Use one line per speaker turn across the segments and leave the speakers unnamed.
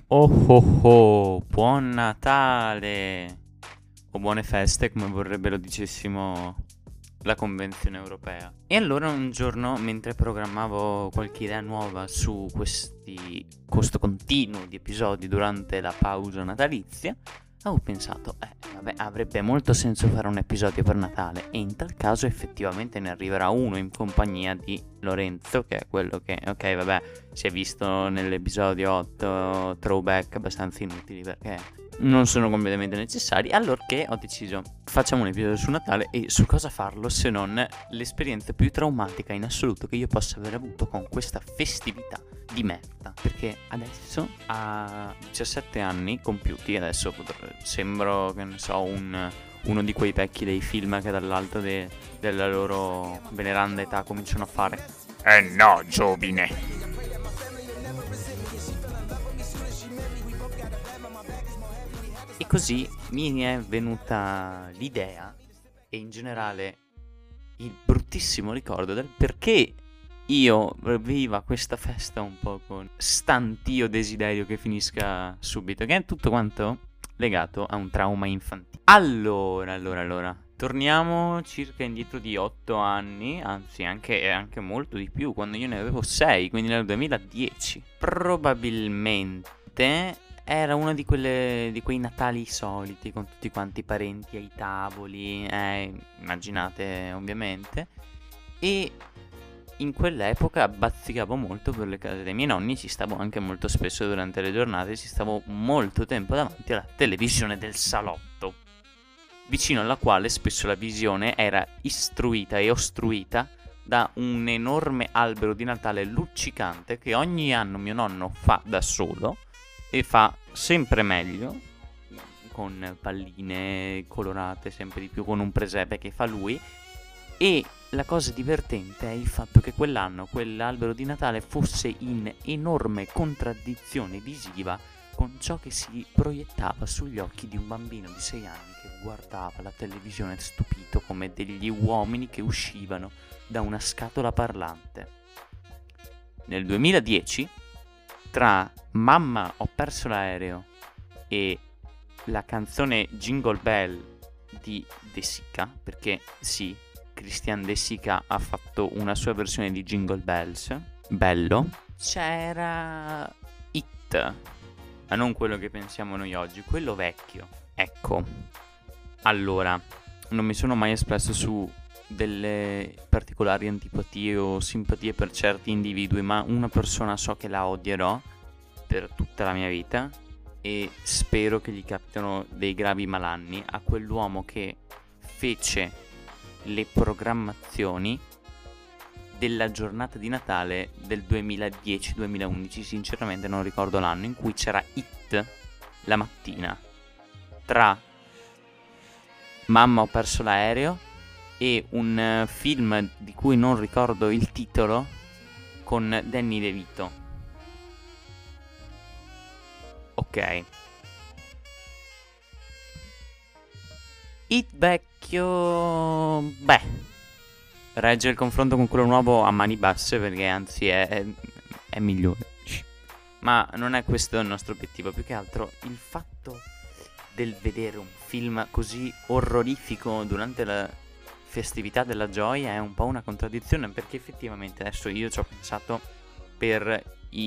Oh oh oh, buon Natale! O buone feste, come vorrebbe lo dicessimo la Convenzione Europea. E allora un giorno, mentre programmavo qualche idea nuova su questo continuo di episodi durante la pausa natalizia, avevo pensato, vabbè, avrebbe molto senso fare un episodio per Natale, e in tal caso effettivamente ne arriverà uno in compagnia di Lorenzo, che è quello che, ok, vabbè, si è visto nell'episodio 8 throwback abbastanza inutili perché non sono completamente necessari, allorché ho deciso facciamo un episodio su Natale. E su cosa farlo se non l'esperienza più traumatica in assoluto che io possa aver avuto con questa festività di merda, perché adesso a 17 anni compiuti, adesso sembro, che ne so, uno di quei vecchi dei film che dall'alto della loro veneranda età cominciano a fare no, giovine. E così mi è venuta l'idea e in generale il bruttissimo ricordo del perché io viva questa festa un po' con stantio desiderio che finisca subito, che è tutto quanto legato a un trauma infantile. Allora, torniamo circa indietro di 8 anni, anzi anche molto di più, quando io ne avevo 6, quindi nel 2010. Probabilmente era uno di quei Natali soliti, con tutti quanti i parenti ai tavoli, immaginate ovviamente. E in quell'epoca bazzicavo molto per le case dei miei nonni, ci stavo anche molto spesso durante le giornate, ci stavo molto tempo davanti alla televisione del salotto, vicino alla quale spesso la visione era istruita e ostruita da un enorme albero di Natale luccicante che ogni anno mio nonno fa da solo e fa sempre meglio, con palline colorate sempre di più, con un presepe che fa lui. E la cosa divertente è il fatto che quell'anno quell'albero di Natale fosse in enorme contraddizione visiva con ciò che si proiettava sugli occhi di un bambino di 6 anni che guardava la televisione stupito come degli uomini che uscivano da una scatola parlante. Nel 2010, tra Mamma ho perso l'aereo e la canzone Jingle Bell di De Sica, perché sì, Christian De Sica ha fatto una sua versione di Jingle Bells, bello, c'era It, ma non quello che pensiamo noi oggi, quello vecchio. Ecco, allora, non mi sono mai espresso su delle particolari antipatie o simpatie per certi individui, ma una persona so che la odierò per tutta la mia vita e spero che gli capitano dei gravi malanni a quell'uomo che fece le programmazioni della giornata di Natale del 2010-2011, sinceramente non ricordo l'anno, in cui c'era It la mattina tra Mamma ho perso l'aereo e un film di cui non ricordo il titolo con Danny DeVito. Ok, It vecchio, beh, regge il confronto con quello nuovo a mani basse, perché anzi è migliore. Ma non è questo il nostro obiettivo, più che altro il fatto del vedere un film così orrorifico durante la festività della gioia è un po' una contraddizione, perché effettivamente adesso io ci ho pensato per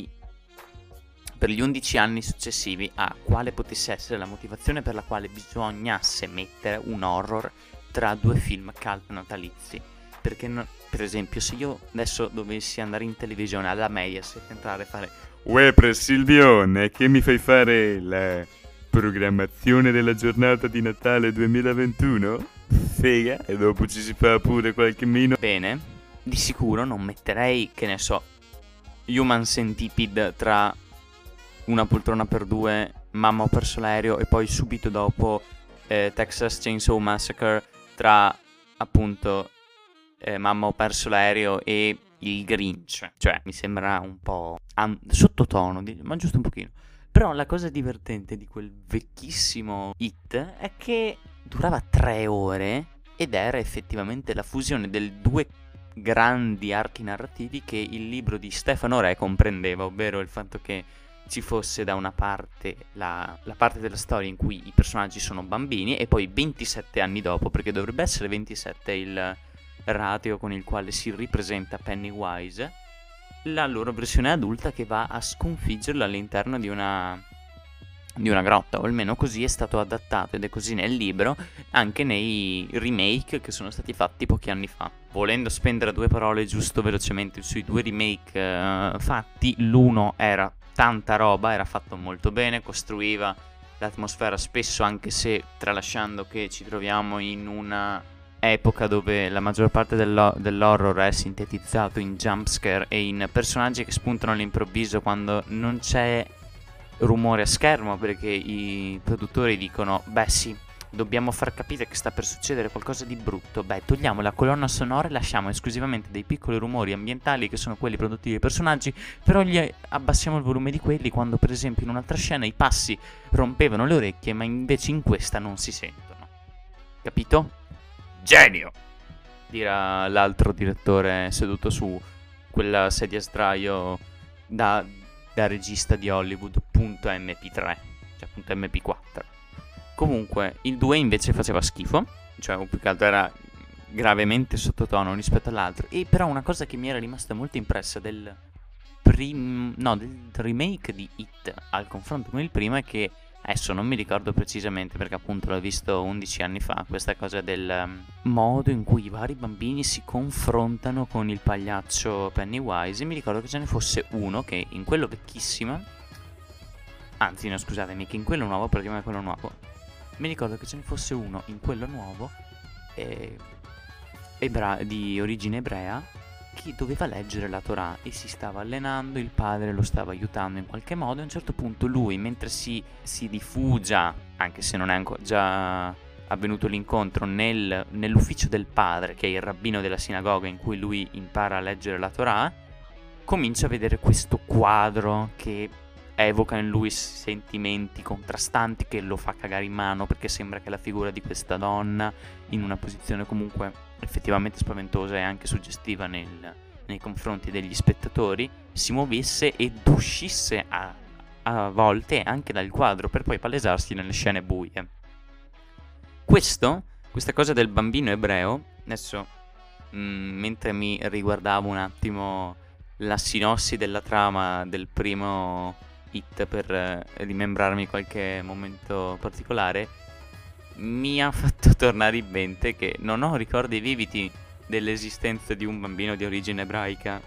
gli 11 anni successivi a quale potesse essere la motivazione per la quale bisognasse mettere un horror tra due film cult natalizi. Perché per esempio, se io adesso dovessi andare in televisione alla Mediaset, entrare e fare
Uè, Silvione, che mi fai fare la programmazione della giornata di Natale 2021? Fega, e dopo ci si fa pure qualche
bene, di sicuro non metterei, che ne so, Human Centipede tra Una poltrona per due, Mamma ho perso l'aereo e poi subito dopo Texas Chainsaw Massacre tra appunto Mamma ho perso l'aereo e il Grinch. Cioè mi sembra un po' sottotono, ma giusto un pochino. Però la cosa divertente di quel vecchissimo It è che durava 3 ore ed era effettivamente la fusione delle due grandi archi narrativi che il libro di Stefano Re comprendeva, ovvero il fatto che ci fosse da una parte la parte della storia in cui i personaggi sono bambini e poi 27 anni dopo, perché dovrebbe essere 27 il ratio con il quale si ripresenta Pennywise, la loro versione adulta che va a sconfiggerlo all'interno di una grotta, o almeno così è stato adattato ed è così nel libro, anche nei remake che sono stati fatti pochi anni fa. Volendo spendere 2 parole giusto velocemente sui 2 remake fatti, l'uno era tanta roba, era fatto molto bene, costruiva l'atmosfera spesso, anche se tralasciando che ci troviamo in una epoca dove la maggior parte dell'horror è sintetizzato in jumpscare e in personaggi che spuntano all'improvviso quando non c'è rumore a schermo, perché i produttori dicono beh sì, dobbiamo far capire che sta per succedere qualcosa di brutto, beh togliamo la colonna sonora e lasciamo esclusivamente dei piccoli rumori ambientali che sono quelli prodotti dai personaggi, però gli abbassiamo il volume di quelli quando per esempio in un'altra scena i passi rompevano le orecchie, ma invece in questa non si sentono. Capito? Genio! Dirà l'altro direttore seduto su quella sedia a sdraio da regista di Hollywood .mp3, cioè .mp4. Comunque il 2 invece faceva schifo, cioè più che altro era gravemente sottotono rispetto all'altro, e però una cosa che mi era rimasta molto impressa del remake di It al confronto con il primo è che adesso non mi ricordo precisamente perché appunto l'ho visto 11 anni fa, questa cosa del modo in cui i vari bambini si confrontano con il pagliaccio Pennywise. E mi ricordo che ce ne fosse uno che in quello vecchissimo, anzi no scusatemi, che in quello nuovo, praticamente quello nuovo, mi ricordo che ce ne fosse uno in quello nuovo di origine ebrea, che doveva leggere la Torah e si stava allenando, il padre lo stava aiutando in qualche modo, e a un certo punto lui, mentre si rifugia, anche se non è ancora già avvenuto l'incontro, nell'ufficio del padre, che è il rabbino della sinagoga in cui lui impara a leggere la Torah, comincia a vedere questo quadro che evoca in lui sentimenti contrastanti, che lo fa cagare in mano perché sembra che la figura di questa donna, in una posizione comunque effettivamente spaventosa e anche suggestiva nei confronti degli spettatori, si muovesse ed uscisse a volte anche dal quadro per poi palesarsi nelle scene buie. Questa cosa del bambino ebreo, adesso mentre mi riguardavo un attimo la sinossi della trama del primo It per rimembrarmi qualche momento particolare, mi ha fatto tornare in mente che non ho ricordi vividi dell'esistenza di un bambino di origine ebraica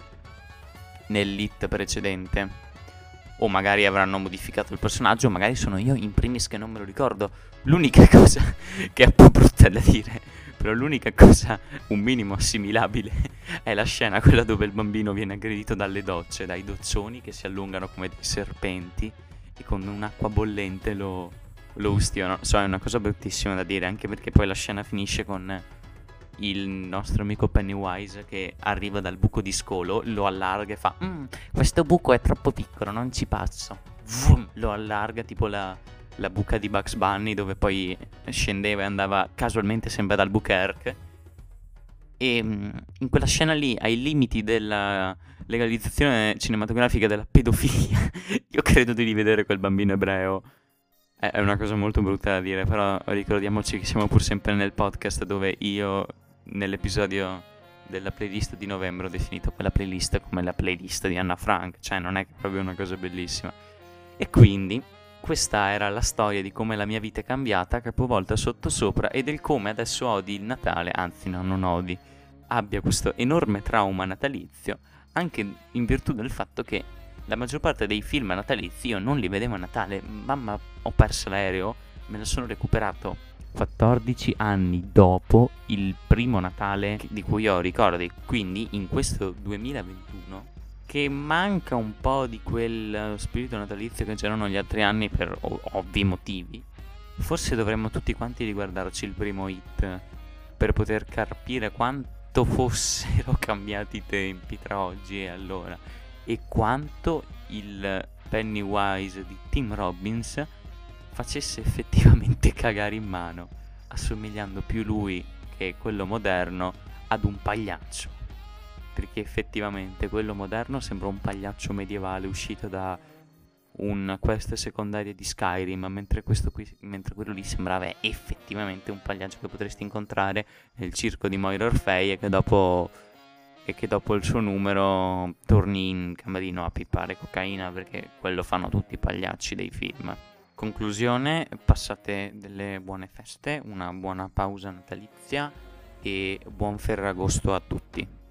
nell'It precedente. O magari avranno modificato il personaggio, o magari sono io in primis che non me lo ricordo. L'unica cosa che è un po' brutta da dire, però l'unica cosa un minimo assimilabile è la scena quella dove il bambino viene aggredito dalle docce, dai doccioni che si allungano come dei serpenti e con un'acqua bollente lo ustiono. So, è una cosa bruttissima da dire, anche perché poi la scena finisce con il nostro amico Pennywise che arriva dal buco di scolo, lo allarga e fa questo buco è troppo piccolo, non ci passo. Vroom, lo allarga tipo la buca di Bugs Bunny, dove poi scendeva e andava casualmente sempre ad Albuquerque. E in quella scena lì, ai limiti della legalizzazione cinematografica della pedofilia, io credo di rivedere quel bambino ebreo. È una cosa molto brutta da dire, però ricordiamoci che siamo pur sempre nel podcast dove io, nell'episodio della playlist di novembre, ho definito quella playlist come la playlist di Anna Frank, cioè non è proprio una cosa bellissima. E quindi questa era la storia di come la mia vita è cambiata capovolta sottosopra e del come adesso odi il Natale, anzi no, non odi, abbia questo enorme trauma natalizio, anche in virtù del fatto che la maggior parte dei film natalizi io non li vedevo a Natale. Mamma, ho perso l'aereo, me lo sono recuperato 14 anni dopo il primo Natale di cui ho ricordi. Quindi in questo 2021, che manca un po' di quel spirito natalizio che c'erano gli altri anni per ovvi motivi, forse dovremmo tutti quanti riguardarci il primo It per poter capire quanto fossero cambiati i tempi tra oggi e allora, e quanto il Pennywise di Tim Robbins facesse effettivamente cagare in mano, assomigliando più lui che quello moderno ad un pagliaccio, perché effettivamente quello moderno sembra un pagliaccio medievale uscito da un quest secondario di Skyrim, mentre quello lì sembrava effettivamente un pagliaccio che potresti incontrare nel circo di Moira Orfei e che dopo il suo numero torni in camerino a pippare cocaina, perché quello fanno tutti i pagliacci dei film. Conclusione, passate delle buone feste, una buona pausa natalizia e buon Ferragosto a tutti.